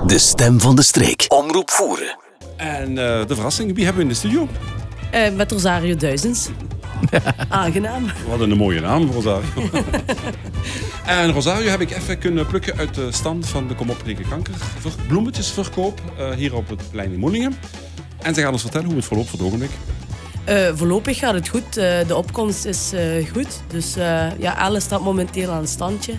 De stem van de streek. Omroep Voeren. En de verrassing, wie hebben we in de studio? Met Rosario Duizens. Aangenaam. Wat een mooie naam, Rosario. En Rosario heb ik even kunnen plukken uit de stand van de Kom op tegen kanker bloemetjesverkoop hier op het plein in Moelingen. En ze gaan ons vertellen hoe het verloopt voor het ogenblik. Voorlopig gaat het goed. De opkomst is goed. Dus Elle staat momenteel aan het standje.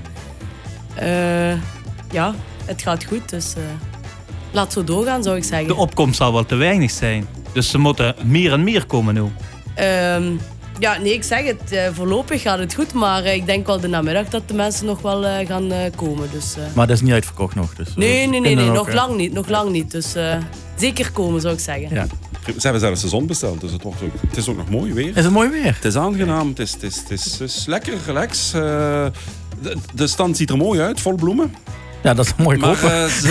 Het gaat goed. Dus laat zo doorgaan, zou ik zeggen. De opkomst zal wel te weinig zijn. Dus ze moeten meer en meer komen nu. Ik zeg het. Voorlopig gaat het goed. Maar ik denk wel de namiddag dat de mensen nog wel gaan komen. Dus, Maar dat is niet uitverkocht nog. Dus, nee. Nog lang niet. Dus zeker komen, zou ik zeggen. Ja. Ze hebben zelfs de zon besteld, dus het is ook nog mooi weer. Is het mooi weer? Het is aangenaam, het is lekker, relax. De stand ziet er mooi uit, vol bloemen. Ja, dat is mooi. Maar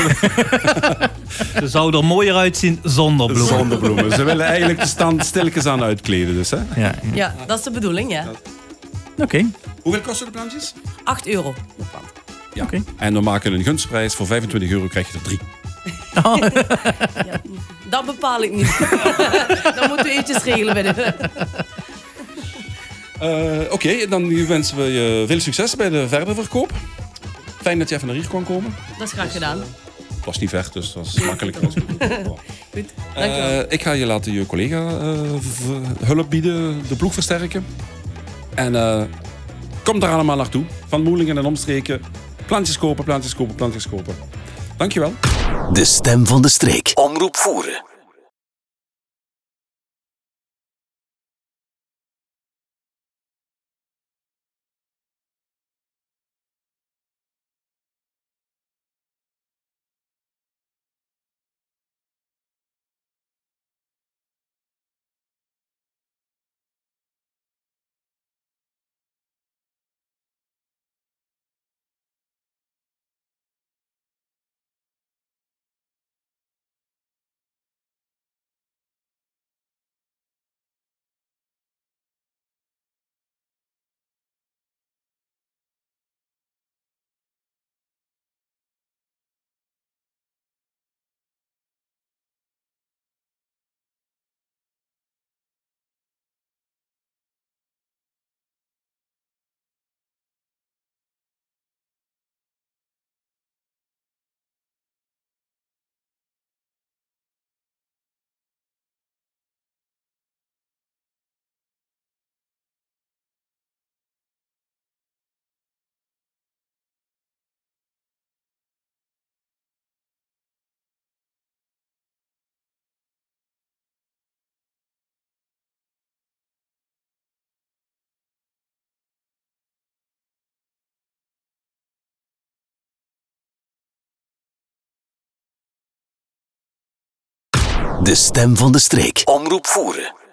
ze zouden er mooier uitzien zonder bloemen. Zonder bloemen. Ze willen eigenlijk de stand stilletjes aan uitkleden. Dus, hè? Ja, dat is de bedoeling, ja. Oké. Hoeveel kosten de plantjes? €8. Ja. Oké. En we maken een gunstprijs. Voor €25 krijg je er 3. Ja, dat bepaal ik niet. Dan moeten we eventjes regelen bij de... Oké, dan wensen we je veel succes bij de verdere verkoop. Fijn dat je even naar hier kon komen. Dat is graag gedaan. Het was niet ver, dus dat was makkelijk. Goed, dankjewel. Ik ga je laten je collega hulp bieden, de ploeg versterken. En kom daar allemaal naartoe. Van Moelingen en omstreken. Plantjes kopen, plantjes kopen, plantjes kopen. Dankjewel. De stem van de streek. Omroep Voeren. De stem van de streek. Omroep Voeren.